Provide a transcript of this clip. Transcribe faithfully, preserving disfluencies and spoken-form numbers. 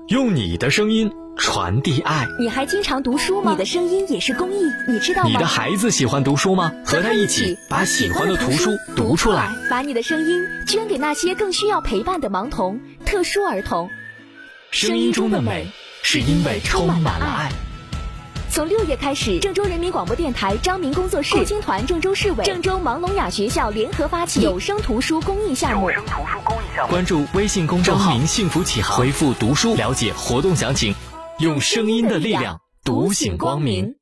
用你的声音传递爱。 你还经常读书吗？你的声音也是公益，你知道吗？ 你的孩子喜欢读书吗？和他一起把喜欢的图书读出来， 把你的声音捐给那些更需要陪伴的盲童、特殊儿童。 声音中的美，是因为充满了爱。 从六月开始，郑州人民广播电台张明工作室、共青团郑州市委、郑州盲聋哑学校联合发起有声图书公益项目。 有声图书公益项目，关注微信公众号“张明幸福启航”，回复“读书”了解活动详情。用声音的力量，读醒光明。